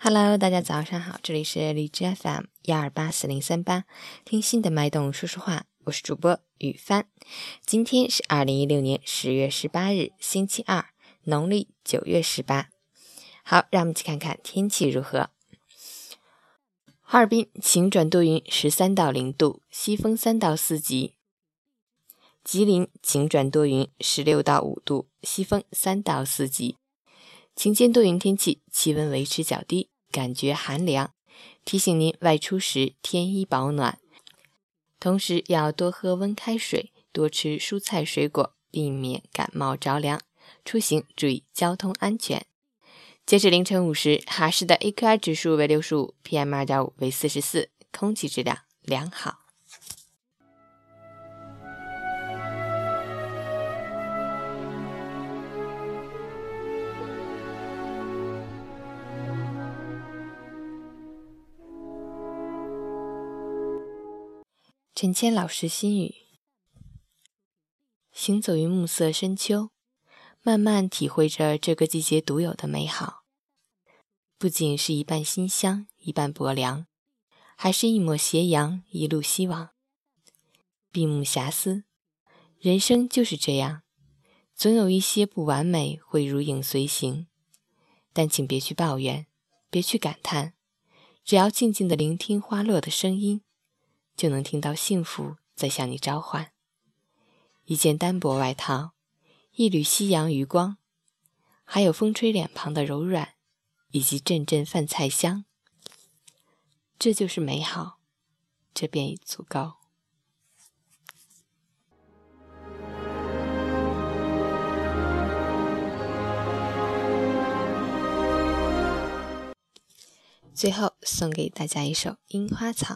Hello， 大家早上好，这里是荔枝 FM1284038，听心的脉动说说话，我是主播雨帆。今天是2016年10月18日，星期二，农历9月18。好，让我们一起看看天气如何。哈尔滨晴转多云，13到0度，西风3到4级。吉林晴转多云，16到5度，西风3到4级。晴间多云天气，气温维持较低，感觉寒凉，提醒您外出时添衣保暖，同时要多喝温开水，多吃蔬菜水果，避免感冒着凉。出行注意交通安全。截至凌晨5时，哈市的 AQI 指数为65， PM2.5 为44，空气质量良好。陈谦老师心语：行走于暮色深秋，慢慢体会着这个季节独有的美好，不仅是一半馨香，一半薄凉，还是一抹斜阳，一路希望。闭目遐思，人生就是这样，总有一些不完美会如影随形，但请别去抱怨，别去感叹，只要静静地聆听花落的声音，就能听到幸福在向你召唤。一件单薄外套，一缕夕阳余光，还有风吹脸庞的柔软，以及阵阵饭菜香，这就是美好，这便已足够。最后送给大家一首《樱花草》。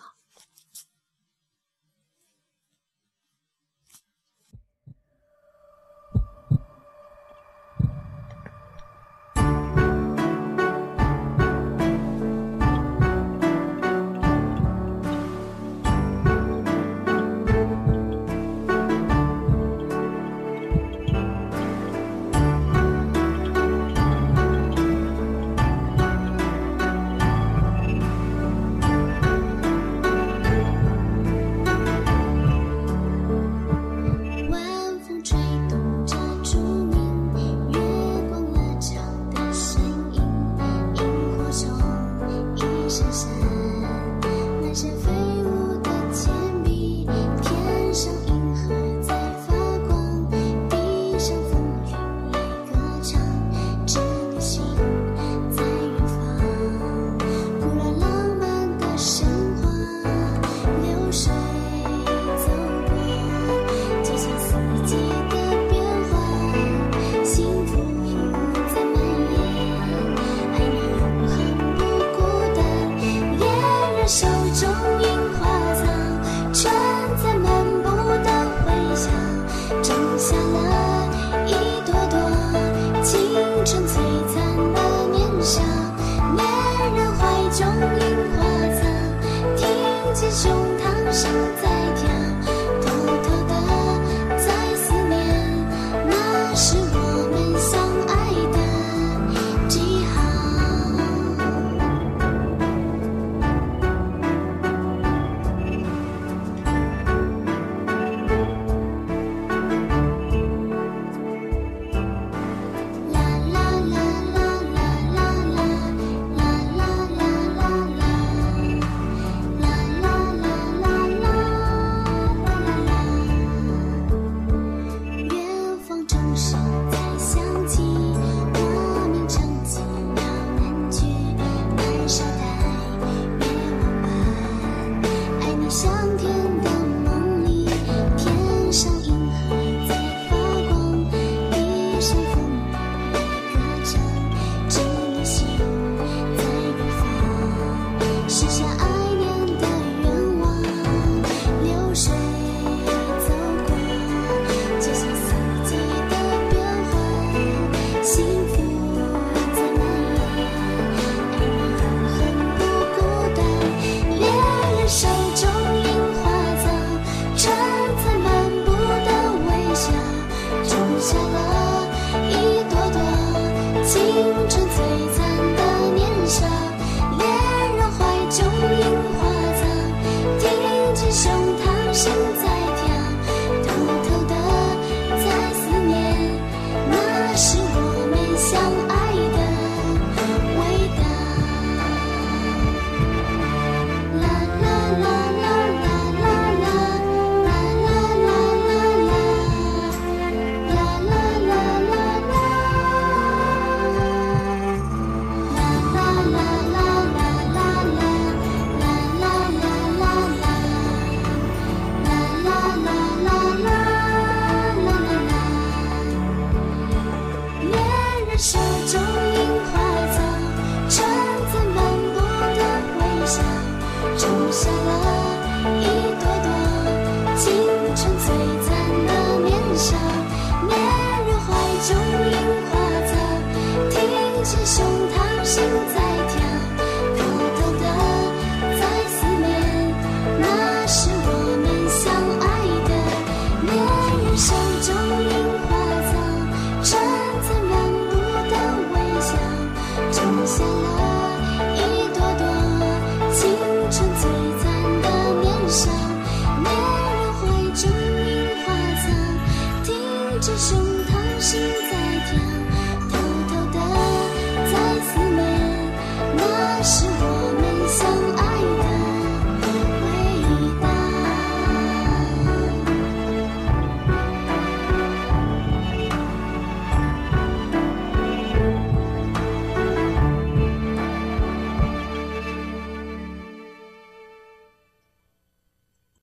胸膛心在跳，偷偷的在思念，那是我们相爱的记号。啦啦啦啦啦啦啦啦啦啦啦。手中樱下了。